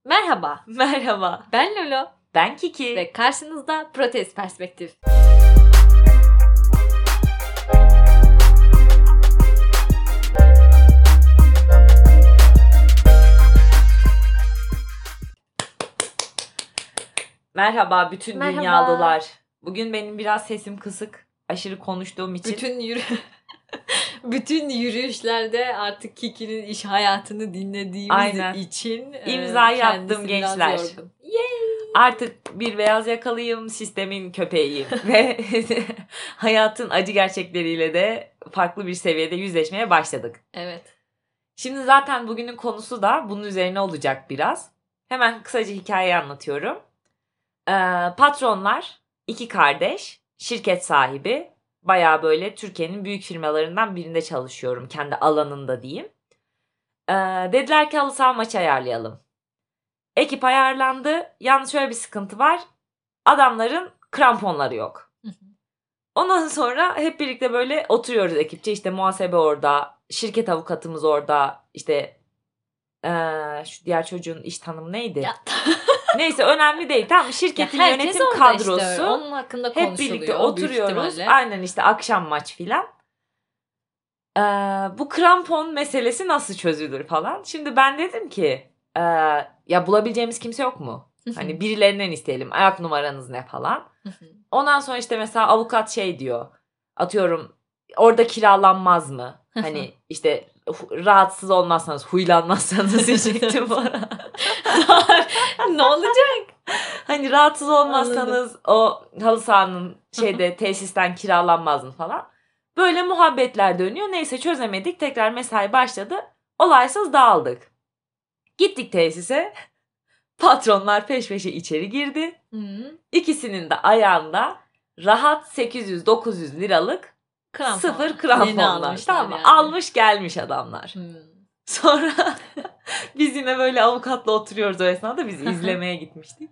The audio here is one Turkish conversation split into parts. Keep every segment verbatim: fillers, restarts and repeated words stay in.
Merhaba. Merhaba. Ben Lolo. Ben Kiki. Ve karşınızda Protest Perspektif. Merhaba bütün Merhaba. dünyalılar. Bugün benim biraz sesim kısık. Aşırı konuştuğum için. Bütün yürü Bütün yürüyüşlerde artık Kiki'nin iş hayatını dinlediğimiz Aynen. için İmzayı e, attım kendisi biraz gençler. yorgun. Yay! Artık bir beyaz yakalıyım, sistemin köpeğiyim. Ve hayatın acı gerçekleriyle de farklı bir seviyede yüzleşmeye başladık. Evet. Şimdi zaten bugünün konusu da bunun üzerine olacak biraz. Hemen kısaca hikayeyi anlatıyorum. Ee, patronlar, iki kardeş, şirket sahibi. Bayağı böyle Türkiye'nin büyük firmalarından birinde çalışıyorum. Kendi alanında diyeyim. Ee, dediler ki halı saha maçı ayarlayalım. Ekip ayarlandı. Yalnız şöyle bir sıkıntı var. Adamların kramponları yok. Ondan sonra hep birlikte böyle oturuyoruz ekipçe. İşte muhasebe orada, şirket avukatımız orada. İşte ee, şu diğer çocuğun iş tanımı neydi? Ya. Neyse önemli değil. Tamam, şirketin Ya yönetim kadrosu. Işte, onun hakkında konuşuluyor. Hep birlikte oturuyoruz. Aynen işte akşam maç filan. Ee, bu krampon meselesi nasıl çözülür falan. Şimdi ben dedim ki e, ya bulabileceğimiz kimse yok mu? Hani birilerinden isteyelim. Ayak numaranız ne falan. Ondan sonra işte mesela avukat şey diyor. Atıyorum orada kiralanmaz mı? Hani işte rahatsız olmazsanız, huylanmazsanız diyecektim bana. Ne olacak? Hani rahatsız olmazsanız o halı sahanın şeyde tesisten kiralanmaz mı falan. Böyle muhabbetler dönüyor. Neyse çözemedik. Tekrar mesai başladı. Olaysız dağıldık. Gittik tesise. Patronlar peş peşe içeri girdi. Hı. İkisinin de ayağında rahat sekiz yüz dokuz yüz liralık Krampon. sıfır kramponlar. Tamam mı? Yani. Almış gelmiş adamlar. Hı. Sonra biz yine böyle avukatla oturuyoruz o esnada. Biz izlemeye gitmiştik.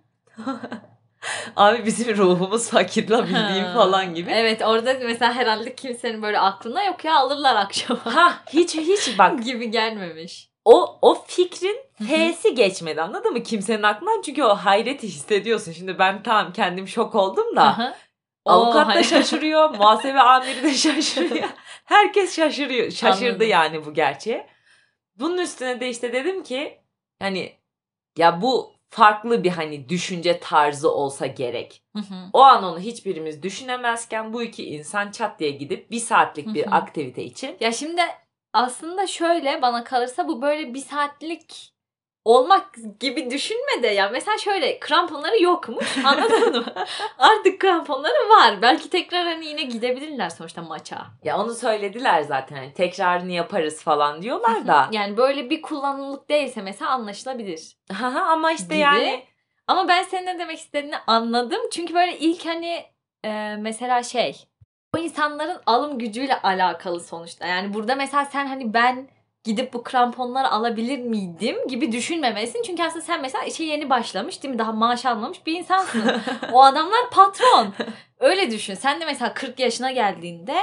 Abi bizim ruhumuz fakirla bildiğim falan gibi. Evet, orada mesela herhalde kimsenin böyle aklına yok ya alırlar akşama. Ha hiç hiç bak. gibi gelmemiş. O o fikrin F'si geçmedi, anladın mı kimsenin aklından? Çünkü o hayreti hissediyorsun. Şimdi ben tamam kendim şok oldum da. Avukat da şaşırıyor, muhasebe amiri de şaşırıyor. Herkes şaşırıyor. Şaşırdı Anladım. yani bu gerçeğe. Bunun üstüne de işte dedim ki hani ya bu farklı bir hani düşünce tarzı olsa gerek. Hı hı. O an onu hiçbirimiz düşünemezken bu iki insan çat diye gidip bir saatlik bir Hı hı. aktivite için. Ya şimdi aslında şöyle bana kalırsa bu böyle bir saatlik olmak gibi düşünme de ya. Mesela şöyle kramponları yokmuş, anladın mı? Artık kramponları var. Belki tekrar hani yine gidebilirler sonuçta maça. Ya onu söylediler zaten hani tekrarını yaparız falan diyorlar da. Yani böyle bir kullanımlık değilse mesela anlaşılabilir. Ama işte gibi. yani. Ama ben senin ne demek istediğini anladım. Çünkü böyle ilk hani e, mesela şey o insanların alım gücüyle alakalı sonuçta. Yani burada mesela sen hani ben gidip bu kramponları alabilir miydim gibi düşünmemelisin. Çünkü aslında sen mesela işe yeni başlamış değil mi? Daha maaş almamış bir insansın. O adamlar patron. Öyle düşün. Sen de mesela kırk yaşına geldiğinde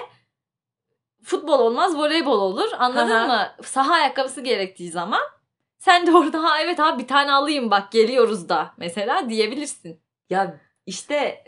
futbol olmaz voleybol olur. Anladın mı? Saha ayakkabısı gerektiği zaman sen de orada ha evet abi bir tane alayım bak geliyoruz da mesela diyebilirsin. Ya işte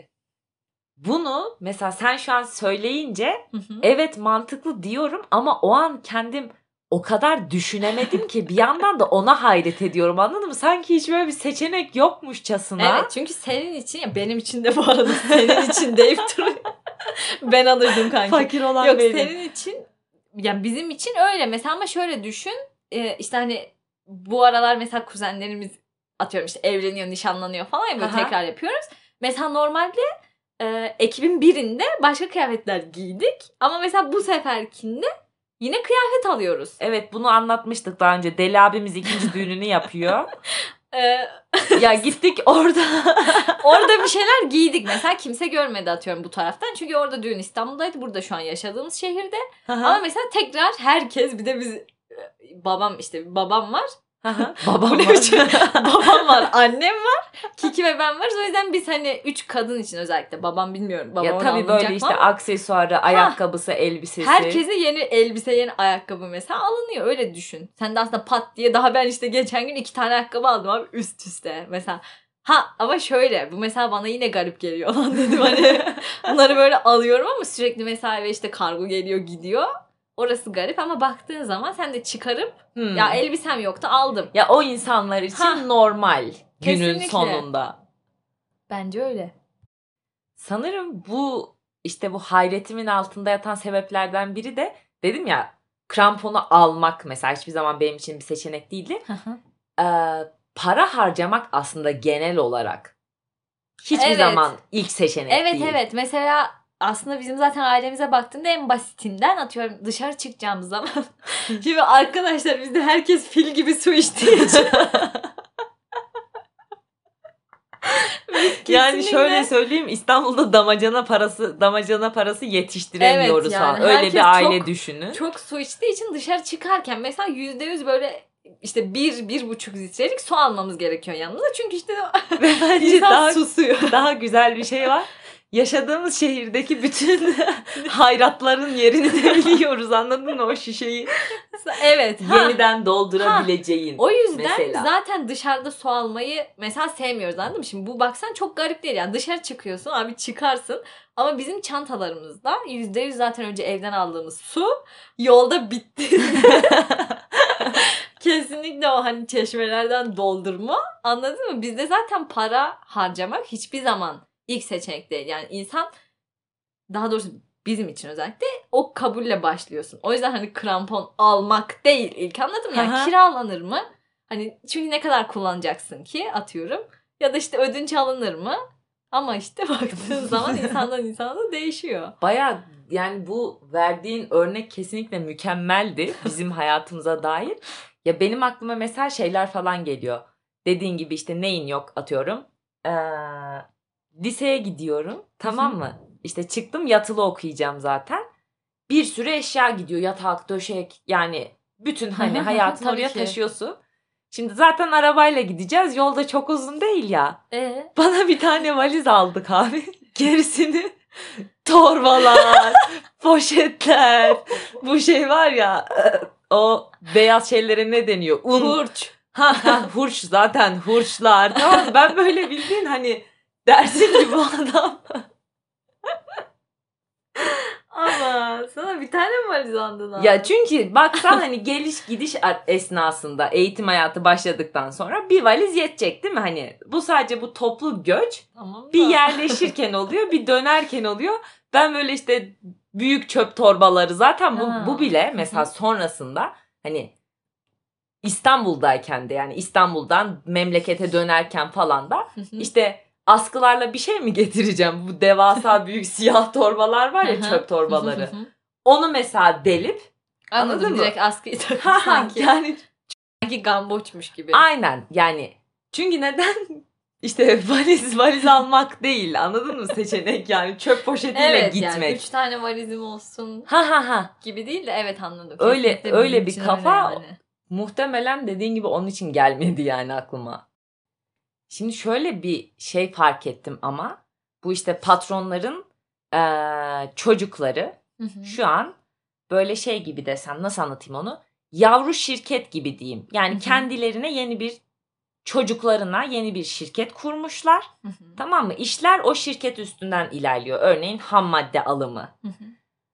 bunu mesela sen şu an söyleyince Hı hı. evet mantıklı diyorum ama o an kendim o kadar düşünemedim ki bir yandan da ona hayret ediyorum, anladın mı? Sanki hiç böyle bir seçenek yokmuşçasına. Evet çünkü senin için ya benim için de bu arada senin için deyip duruyor. Ben alırdım kanki. Fakir olan Yok benim. senin için yani bizim için öyle mesela ama şöyle düşün e, işte hani bu aralar mesela kuzenlerimiz atıyorum işte evleniyor nişanlanıyor falan ya böyle Aha. tekrar yapıyoruz. Mesela normalde e, ekibin birinde başka kıyafetler giydik ama mesela bu seferkinde yine kıyafet alıyoruz. Evet bunu anlatmıştık daha önce. Deli abimiz ikinci düğününü yapıyor. Ee, ya gittik orada. orada bir şeyler giydik. Mesela kimse görmedi atıyorum bu taraftan. Çünkü orada düğün İstanbul'daydı. Burada şu an yaşadığımız şehirde. Ama mesela tekrar herkes bir de biz babam işte babam var. Babam Bu ne var. biçim? Babam var, annem var, Kiki ve ben varız. O yüzden biz hani üç kadın için özellikle, babam bilmiyorum. Babam Ya tabii böyle işte ama aksesuarı, ayakkabısı, elbisesi. herkese yeni elbise, yeni ayakkabı mesela alınıyor. Öyle düşün. Sen de aslında pat diye, daha ben işte geçen gün iki tane ayakkabı aldım abi üst üste. Mesela ha ama şöyle, bu mesela bana yine garip geliyor lan dedim hani. Bunları böyle alıyorum ama sürekli mesela eve işte kargo geliyor gidiyor. Orası garip ama baktığın zaman sen de çıkarıp hmm. ya elbisem yoktu aldım. Ya o insanlar için ha. normal günün Kesinlikle. sonunda. Bence öyle. Sanırım bu işte bu hayretimin altında yatan sebeplerden biri de dedim ya, kramponu almak mesela hiçbir zaman benim için bir seçenek değildi. ee, para harcamak aslında genel olarak hiçbir evet. zaman ilk seçenek evet, değil. Evet evet mesela aslında bizim zaten ailemize baktığında en basitinden atıyorum dışarı çıkacağımız zaman. Şimdi arkadaşlar bizde herkes fil gibi su içtiği için. Yani şöyle söyleyeyim, İstanbul'da damacana parası damacana parası yetiştiremiyoruz evet, yani. falan. Öyle bir aile çok, düşünün. Çok su içtiği için dışarı çıkarken mesela yüzde yüz böyle işte bir, bir buçuk litrelik su almamız gerekiyor yanımıza. Çünkü işte ve bence daha, susuyor. Daha güzel bir şey var. Yaşadığımız şehirdeki bütün hayratların yerini de biliyoruz, anladın mı o şişeyi? Evet. Yeniden ha. doldurabileceğin. Ha. O yüzden mesela. zaten dışarıda su almayı mesela sevmiyoruz, anladın mı? Şimdi bu baksan çok garip değil yani, dışarı çıkıyorsun abi, çıkarsın ama bizim çantalarımızda yüzde yüz zaten önce evden aldığımız su yolda bitti. Kesinlikle o hani çeşmelerden doldurma, anladın mı? Bizde zaten para harcamak hiçbir zaman ilk seçenek değil. Yani insan, daha doğrusu bizim için özellikle o kabulle başlıyorsun. O yüzden hani krampon almak değil ilk, anladın mı? Yani kiralanır mı? Hani çünkü ne kadar kullanacaksın ki atıyorum. Ya da işte ödünç alınır mı? Ama işte baktığın zaman insandan insana da değişiyor. Bayağı yani bu verdiğin örnek kesinlikle mükemmeldi bizim hayatımıza dair. Ya benim aklıma mesela şeyler falan geliyor. Dediğin gibi işte neyin yok atıyorum. Ee, liseye gidiyorum, tamam mı? İşte çıktım, yatılı okuyacağım zaten. Bir sürü eşya gidiyor. Yatak, döşek, yani bütün hani hayatını oraya ki. taşıyorsun. Şimdi zaten arabayla gideceğiz. Yolda çok uzun değil ya. Ee? Bana bir tane valiz aldık abi. Gerisini torbalar, poşetler. Bu şey var ya, o beyaz şeylere ne deniyor? Un. Hurç. Ha, ha hurç, zaten hurçlar. Tamam, ben böyle bildiğin hani dersin ki bu adam. Ama sana bir tane mi valiz aldın abi? Ya çünkü baksan hani geliş gidiş esnasında, eğitim hayatı başladıktan sonra bir valiz yetecek değil mi? Hani bu sadece bu toplu göç tamam bir yerleşirken oluyor, bir dönerken oluyor. Ben böyle işte büyük çöp torbaları zaten bu, bu bile mesela sonrasında hani İstanbul'dayken de, yani İstanbul'dan memlekete dönerken falan da işte askılarla bir şey mi getireceğim? Bu devasa büyük siyah torbalar var ya, çöp torbaları. Onu mesela delip, anladın, anladın mı? Direkt askıyı takıp sanki. Yani sanki gamboçmuş gibi. Aynen yani. Çünkü neden? İşte valiz valiz almak değil, anladın mı seçenek, yani çöp poşetiyle evet, gitmek. Evet yani üç tane valizim olsun ha ha ha gibi değil de evet, anladım. Öyle Kesinlikle öyle bir kafa yani. Muhtemelen dediğin gibi onun için gelmedi yani aklıma. Şimdi şöyle bir şey fark ettim ama bu işte patronların ee, çocukları hı hı. şu an böyle şey gibi desem, nasıl anlatayım onu? Yavru şirket gibi diyeyim. Yani hı hı. kendilerine yeni bir, çocuklarına yeni bir şirket kurmuşlar. Hı hı. Tamam mı? İşler o şirket üstünden ilerliyor. Örneğin ham madde alımı. Hı hı.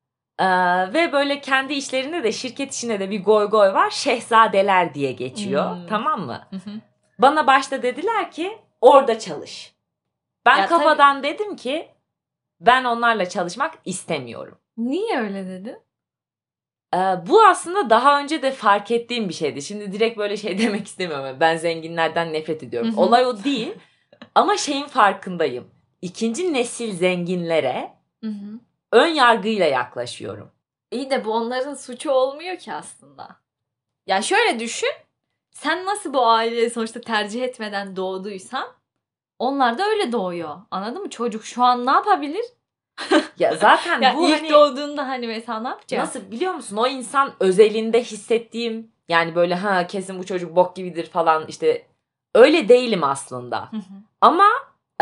Ee, ve böyle kendi işlerinde de, şirket içinde de bir goy goy var. Şehzadeler diye geçiyor. Hmm. Tamam mı? Hı hı. Bana başta dediler ki orada çalış. Ben ya kafadan tabii. dedim ki ben onlarla çalışmak istemiyorum. Niye öyle dedin? Ee, bu aslında daha önce de fark ettiğim bir şeydi. Şimdi direkt böyle şey demek istemiyorum. Ben zenginlerden nefret ediyorum. Hı hı. Olay o değil. Ama şeyin farkındayım. İkinci nesil zenginlere hı hı. ön yargıyla yaklaşıyorum. İyi de bu onların suçu olmuyor ki aslında. Ya şöyle düşün. Sen nasıl bu aileyi sonuçta tercih etmeden doğduysan onlar da öyle doğuyor. Anladın mı? Çocuk şu an ne yapabilir? Ya zaten ya bu ilk hani doğduğunda hani mesela ne yapacak? Nasıl biliyor musun? O insan özelinde hissettiğim Yani böyle ha kesin bu çocuk bok gibidir falan işte öyle değilim aslında. Hı hı. Ama e,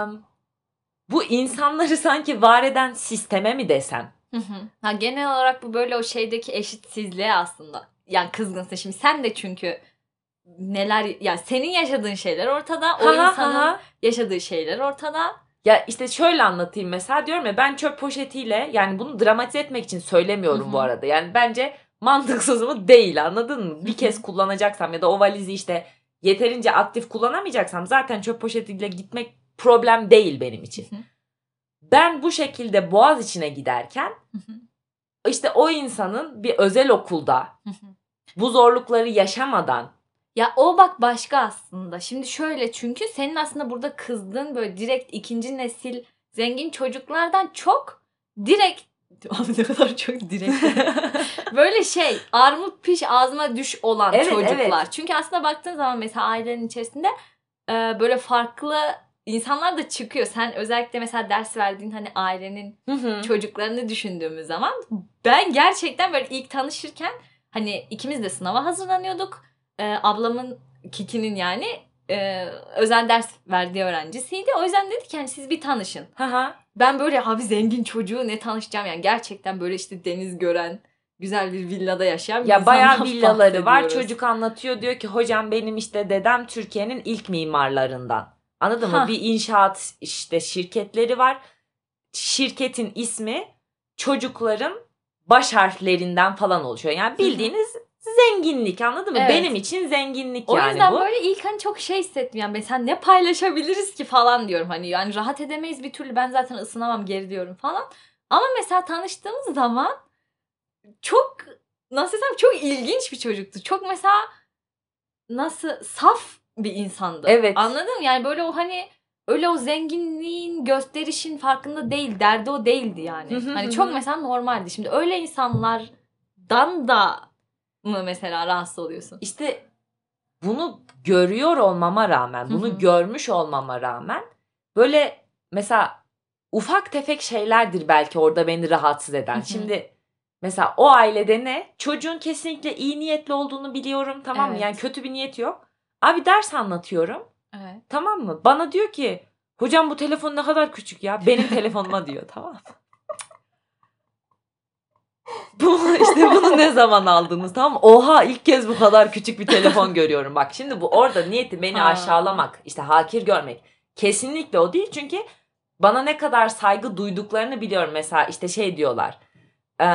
bu insanları sanki var eden sisteme mi desem? Hı hı. Ha, genel olarak bu böyle o şeydeki eşitsizliğe aslında. Yani kızgınsın şimdi sen de çünkü neler yani senin yaşadığın şeyler ortada, o Ha ha insanın ha. yaşadığı şeyler ortada. Ya işte şöyle anlatayım mesela diyorum ya ben çöp poşetiyle yani bunu dramatize etmek için söylemiyorum Hı hı. bu arada. Yani bence mantıksız mı değil anladın mı? Bir kez kullanacaksam ya da o valizi işte yeterince aktif kullanamayacaksam zaten çöp poşetiyle gitmek problem değil benim için. Hı hı. Ben bu şekilde boğaz içine giderken Hı hı. işte o insanın bir özel okulda Hı hı. bu zorlukları yaşamadan Ya o bak başka aslında. Şimdi şöyle çünkü senin aslında burada kızdığın böyle direkt ikinci nesil zengin çocuklardan çok direkt abi ne kadar çok direkt. Böyle şey armut piş ağzıma düş olan Evet, çocuklar. evet. Çünkü aslında baktığın zaman mesela ailenin içerisinde e, böyle farklı insanlar da çıkıyor. Sen özellikle mesela ders verdiğin hani ailenin Hı hı. çocuklarını düşündüğümüz zaman ben gerçekten böyle ilk tanışırken hani ikimiz de sınava hazırlanıyorduk. E, ablamın Kiki'nin yani e, özel ders verdiği öğrencisiydi. O yüzden dedi ki hani siz bir tanışın. Ha ha. Ben böyle abi zengin çocuğu ne tanışacağım yani gerçekten böyle işte deniz gören güzel bir villada yaşayan bir Ya bayağı insandan villaları var. bahsediyoruz. Çocuk anlatıyor diyor ki hocam benim işte dedem Türkiye'nin ilk mimarlarından. Anladın mı? Hah. Bir inşaat işte şirketleri var. Şirketin ismi çocukların baş harflerinden falan oluşuyor. Yani bildiğiniz zenginlik anladın mı? Evet. Benim için zenginlik O yani yüzden bu. böyle ilk hani çok şey hissettim yani mesela ne paylaşabiliriz ki falan diyorum hani yani rahat edemeyiz bir türlü ben zaten ısınamam geri diyorum falan. Ama mesela tanıştığımız zaman çok nasıl desem çok ilginç bir çocuktu. Çok mesela nasıl saf bir insandı. Evet. Anladın mı? Yani böyle o hani öyle o zenginliğin gösterişin farkında değil. Derdi o değildi yani. Hı hı Hani hı çok hı. mesela normaldi. Şimdi öyle insanlardan da mı mesela rahatsız oluyorsun? İşte bunu görüyor olmama rağmen, Hı bunu hı. görmüş olmama rağmen böyle mesela ufak tefek şeylerdir belki orada beni rahatsız eden. Hı hı. Şimdi mesela o ailede ne? Çocuğun kesinlikle iyi niyetli olduğunu biliyorum tamam mı? Evet. Yani kötü bir niyeti yok. Abi ders anlatıyorum Evet. tamam mı? Bana diyor ki hocam bu telefon ne kadar küçük ya benim telefonuma diyor tamam mı? Bu işte bunu ne zaman aldınız tamam mı? Oha ilk kez bu kadar küçük bir telefon görüyorum. Bak şimdi bu orada niyeti beni Ha. aşağılamak, işte hakir görmek. Kesinlikle o değil çünkü bana ne kadar saygı duyduklarını biliyorum. Mesela işte şey diyorlar. E,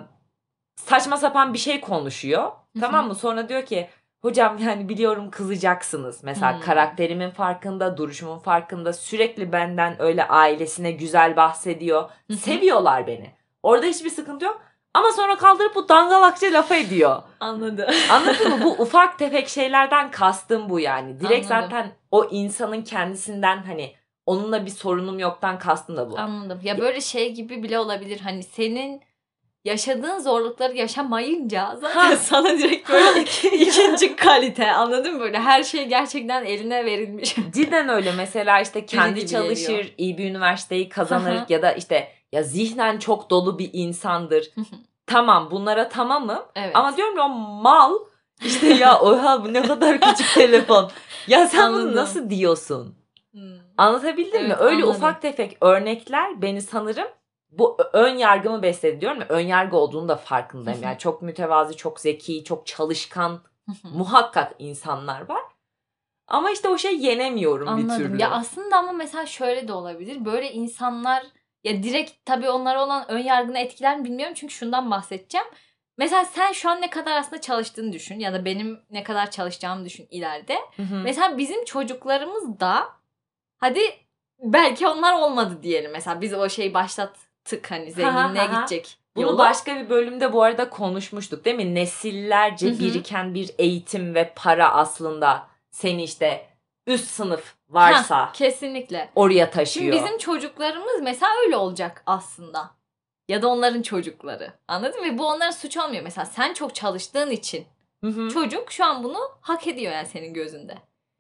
saçma sapan bir şey konuşuyor. Hı Tamam hı. mı? Sonra diyor ki hocam yani biliyorum kızacaksınız. Mesela Hmm. karakterimin farkında, duruşumun farkında. Sürekli benden öyle ailesine güzel bahsediyor. Hı hı. Seviyorlar beni. Orada hiçbir sıkıntı yok. Ama sonra kaldırıp bu dangalakça lafa ediyor. Anladım. Anladın mı? Bu ufak tefek şeylerden kastım bu yani. Direkt Anladım. zaten o insanın kendisinden hani onunla bir sorunum yoktan kastım da bu. Anladım. Ya böyle şey gibi bile olabilir. Hani senin yaşadığın zorlukları yaşamayınca zaten Ha. sana direkt böyle ikinci kalite anladın mı? Böyle her şey gerçekten eline verilmiş. Cidden öyle. Mesela işte kendi gibi çalışır, geliyor. iyi bir üniversiteyi kazanır Hı hı. ya da işte ya zihnen çok dolu bir insandır. Hı hı. Tamam bunlara tamamım. Evet. Ama diyorum ya o mal işte ya oha bu ne kadar küçük telefon. Ya sen bunu Anladım. nasıl diyorsun? Hmm. Anlatabildim mi? Evet, Öyle anladım. ufak tefek örnekler beni sanırım bu ö- ön yargımı besledi diyorum ya. Ön yargı olduğunu da farkındayım. Hı hı. Yani çok mütevazi, çok zeki, çok çalışkan Hı hı. muhakkak insanlar var. Ama işte o şey yenemiyorum bir Anladım. türlü. Ya aslında ama mesela şöyle de olabilir. Böyle insanlar ya direkt tabii onlara olan ön yargını etkiler mi bilmiyorum. Çünkü şundan bahsedeceğim. Mesela sen şu an ne kadar aslında çalıştığını düşün ya da benim ne kadar çalışacağımı düşün ileride. Hı hı. Mesela bizim çocuklarımız da hadi belki onlar olmadı diyelim. Mesela biz o şeyi başlattık hani zenginliğe Ha ha ha. gidecek Bunu yolu. başka bir bölümde bu arada konuşmuştuk değil mi? Nesillerce Hı hı. biriken bir eğitim ve para aslında seni işte üst sınıf varsa Hah, kesinlikle. oraya taşıyor. Şimdi bizim çocuklarımız mesela öyle olacak aslında. Ya da onların çocukları. Anladın mı? Ve bu onların suç olmuyor. Mesela sen çok çalıştığın için Hı hı. çocuk şu an bunu hak ediyor yani senin gözünde.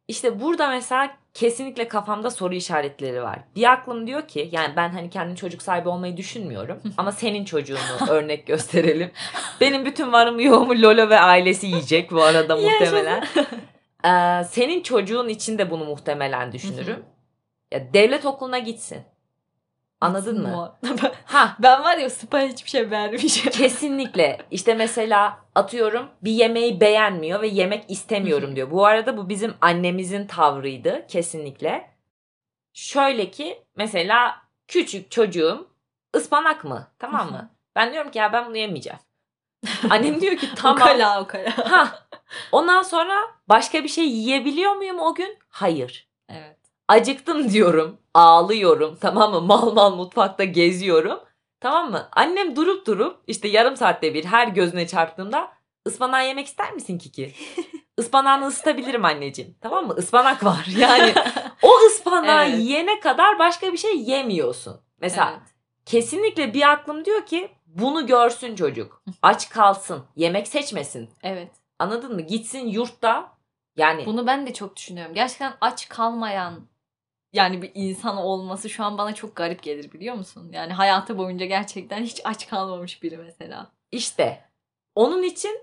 İşte burada mesela kesinlikle kafamda soru işaretleri var. Bir aklım diyor ki yani ben hani kendim çocuk sahibi olmayı düşünmüyorum. Ama senin çocuğunu örnek gösterelim. Benim bütün varımı yoğumu Lolo ve ailesi yiyecek bu arada muhtemelen. ee, senin çocuğun için de bunu muhtemelen düşünürüm. Ya devlet okuluna gitsin. Anladın Gitsin mı? ha ben var ya spa hiçbir şey vermeyeceğim. Kesinlikle. İşte mesela atıyorum bir yemeği beğenmiyor ve yemek istemiyorum diyor. Bu arada bu bizim annemizin tavrıydı kesinlikle. Şöyle ki mesela küçük çocuğum ıspanak mı? Tamam mı? Ben diyorum ki ya ben bunu yemeyeceğim. Annem diyor ki tamam. Ukala ukala. Ha. Ondan sonra başka bir şey yiyebiliyor muyum o gün? Hayır. Evet. Acıktım diyorum. Ağlıyorum. Tamam mı? Mal mal mutfakta geziyorum. Tamam mı? Annem durup durup işte yarım saatte bir her gözüne çarptığımda ıspanağı yemek ister misin Kiki? Ispanağını ısıtabilirim anneciğim. Tamam mı? Ispanak var. Yani o ıspanağı evet. yiyene kadar başka bir şey yemiyorsun. Mesela evet. kesinlikle bir aklım diyor ki bunu görsün çocuk. Aç kalsın. Yemek seçmesin. Evet. Anladın mı? Gitsin yurtta. Yani bunu ben de çok düşünüyorum. Gerçekten aç kalmayan yani bir insan olması şu an bana çok garip gelir biliyor musun? Yani hayatı boyunca gerçekten hiç aç kalmamış biri mesela. İşte onun için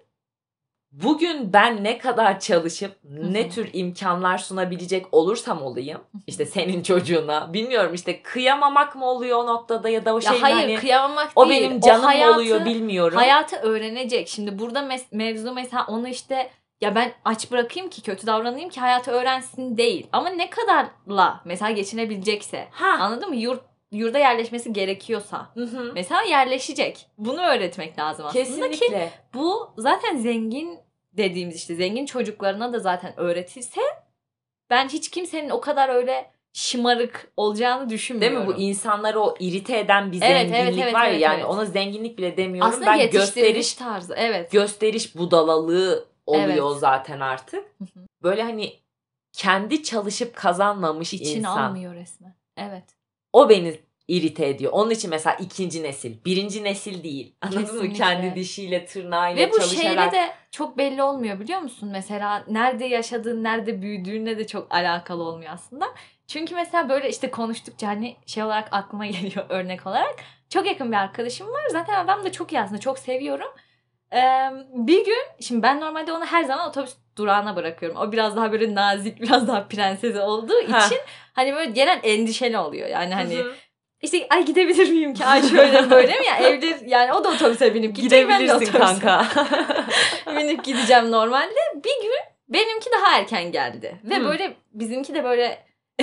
bugün ben ne kadar çalışıp ne tür imkanlar sunabilecek olursam olayım işte senin çocuğuna bilmiyorum işte kıyamamak mı oluyor o noktada ya da o şey ya hayır hani, kıyamamak o değil. benim canım o hayatı, oluyor bilmiyorum. Hayatı öğrenecek. Şimdi burada mes- mevzu mesela onu işte ya ben aç bırakayım ki kötü davranayım ki hayatı öğrensin değil. Ama ne kadarla mesela geçinebilecekse Ha. Anladın mı? Yurt yurda yerleşmesi gerekiyorsa Hı hı. mesela yerleşecek. Bunu öğretmek lazım aslında. Kesinlikle. Ki bu zaten zengin dediğimiz işte zengin çocuklarına da zaten öğretilse ben hiç kimsenin o kadar öyle şımarık olacağını düşünmüyorum. Değil mi? Bu insanları o irite eden bir evet, zenginlik evet, evet, var ya evet, yani evet. ona zenginlik bile demiyorum. Aslında ben yetiştiriliş gösteriş tarzı. Evet. Gösteriş budalalığı oluyor evet. zaten artık. Böyle hani kendi çalışıp kazanmamış İçine insan. almıyor resmen. Evet. O beni irite ediyor. Onun için mesela ikinci nesil. Birinci nesil değil. Anladın Kesinlikle. mı? Kendi dişiyle, tırnağıyla Ve bu çalışarak. şeyle de çok belli olmuyor biliyor musun? Mesela nerede yaşadığın, nerede büyüdüğünle de çok alakalı olmuyor aslında. Çünkü mesela böyle işte konuştukça hani şey olarak aklıma geliyor örnek olarak. Çok yakın bir arkadaşım var. Zaten adam da çok iyi aslında. Çok seviyorum. Ee, bir gün şimdi ben normalde onu her zaman otobüs durağına bırakıyorum. O biraz daha böyle nazik, biraz daha prensesi olduğu için ha. hani böyle genel endişeli oluyor. Yani hani Hı-hı. işte ay gidebilir miyim ki? Ay şöyle böyle mi ya? Evde yani o da otobüse binip gidecek. Gidebilirsin kanka. binip gideceğim normalde. Bir gün benimki daha erken geldi. Ve hmm. böyle bizimki de böyle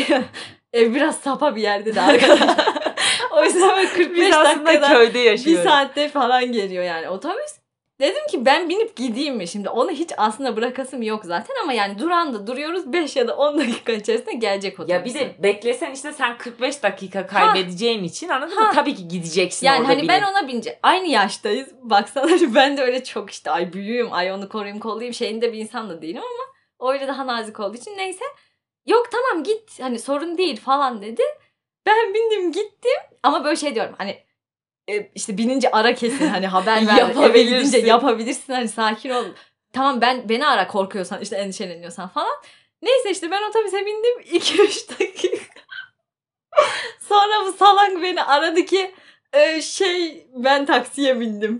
ev biraz sapa bir yerde de arkadaşlar. O yüzden böyle kırk beş dakikada köyde yaşıyoruz. Bir saatte falan geliyor yani otobüs. Dedim ki ben binip gideyim mi? Şimdi onu hiç aslında bırakasım yok zaten ama yani duranda duruyoruz beş ya da on dakika içerisinde gelecek otobüs. Ya bir de beklesen işte sen kırk beş dakika kaybedeceğin ha. için anladın ha. mı? Tabii ki gideceksin yani orada hani binip. Ben ona bineceğim. Aynı yaştayız. Baksana ben de öyle çok işte ay büyüğüm, ay onu koruyayım kollayayım şeyinde bir insan da değilim ama öyle daha nazik olduğu için neyse. Yok tamam git hani sorun değil falan dedi. Ben bindim gittim ama böyle şey diyorum hani işte binince ara kesin hani haber ver eve gidince yapabilirsin hani sakin ol. Tamam ben beni ara korkuyorsan işte endişeleniyorsan falan. Neyse işte ben otobüse bindim iki üç dakika. Sonra bu salak beni aradı ki e, şey ben taksiye bindim.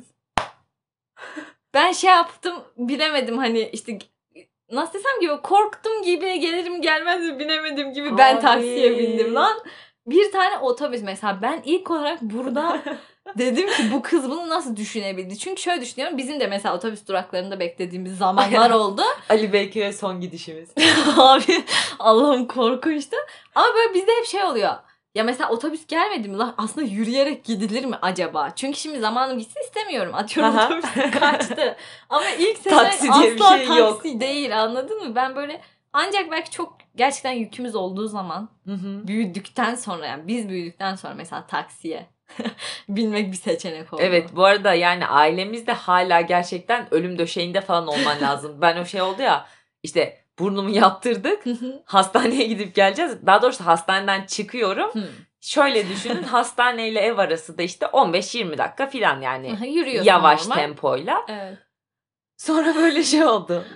Ben şey yaptım bilemedim hani işte nasıl desem gibi korktum gibi gelirim gelmez mi binemedim gibi Abi. Ben taksiye bindim lan. Bir tane otobüs mesela ben ilk olarak burada dedim ki bu kız bunu nasıl düşünebildi? Çünkü şöyle düşünüyorum bizim de mesela otobüs duraklarında beklediğimiz zamanlar oldu. Ali Beykir'e son gidişimiz. Abi Allah'ım korkunçtu. Ama böyle bizde hep şey oluyor. Ya mesela otobüs gelmedi mi lan? Aslında yürüyerek gidilir mi acaba? Çünkü şimdi zamanım gitsin istemiyorum. Atıyorum Aha. otobüs kaçtı. Ama ilk sene taksi asla diye bir şey taksi yok. değil anladın mı? Ben böyle ancak belki çok gerçekten yükümüz olduğu zaman hı hı. büyüdükten sonra yani biz büyüdükten sonra mesela taksiye binmek bir seçenek oldu. Evet bu arada yani ailemizde hala gerçekten ölüm döşeğinde falan olman lazım. Ben o şey oldu ya işte burnumu yaptırdık hastaneye gidip geleceğiz. Daha doğrusu hastaneden çıkıyorum. Şöyle düşünün hastaneyle ev arası da işte on beş yirmi dakika falan yani yavaş normal. tempoyla. Evet. Sonra böyle şey oldu.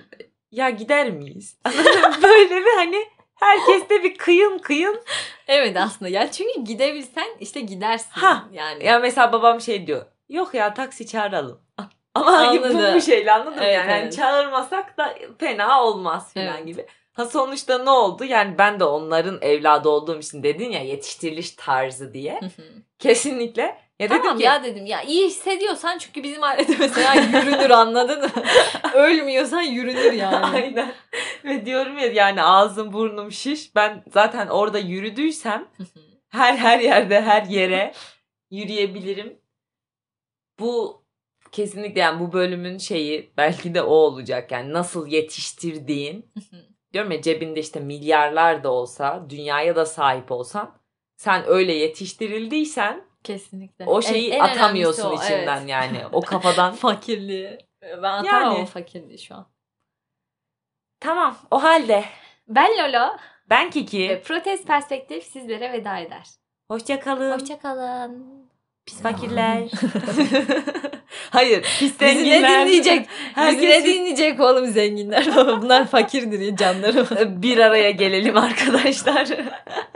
ya gider miyiz? Böyle bir hani herkeste bir kıyın kıyın. Evet aslında ya çünkü gidebilsen işte gidersin. Ha yani. Ya mesela babam şey diyor. Yok ya taksi çağıralım. Ama hani bu bir şeyle anladın mı? Evet, yani evet. yani çağırmasak da fena olmaz falan Evet. gibi. Ha sonuçta ne oldu? Yani ben de onların evladı olduğum için dedin ya yetiştiriliş tarzı diye. Kesinlikle. Ya Tamam dedim ki, ya dedim ya iyi hissediyorsan çünkü bizim ailede mesela yürünür anladın mı? Ölmüyorsan yürünür yani. Aynen. Ve diyorum ya yani ağzım burnum şiş. Ben zaten orada yürüdüysem her her yerde her yere yürüyebilirim. Bu kesinlikle yani bu bölümün şeyi belki de o olacak. Yani nasıl yetiştirdiğin. Diyorum ya cebinde işte milyarlar da olsa dünyaya da sahip olsan sen öyle yetiştirildiysen Kesinlikle. o şeyi En- en atamıyorsun önemlisi o, içinden evet. yani. O kafadan. Fakirliği. Ben atamam Yani. o fakirliği şu an. Tamam o halde. Ben Lolo. Ben Kiki. Ve Protest Perspektif sizlere veda eder. Hoşça kalın. Hoşçakalın. Pis fakirler. Hayır. Pis Bizi ne zenginler. dinleyecek? Herkes Bizi ne dinleyecek oğlum zenginler? Bunlar fakirdir ya canlarım. bir araya gelelim arkadaşlar.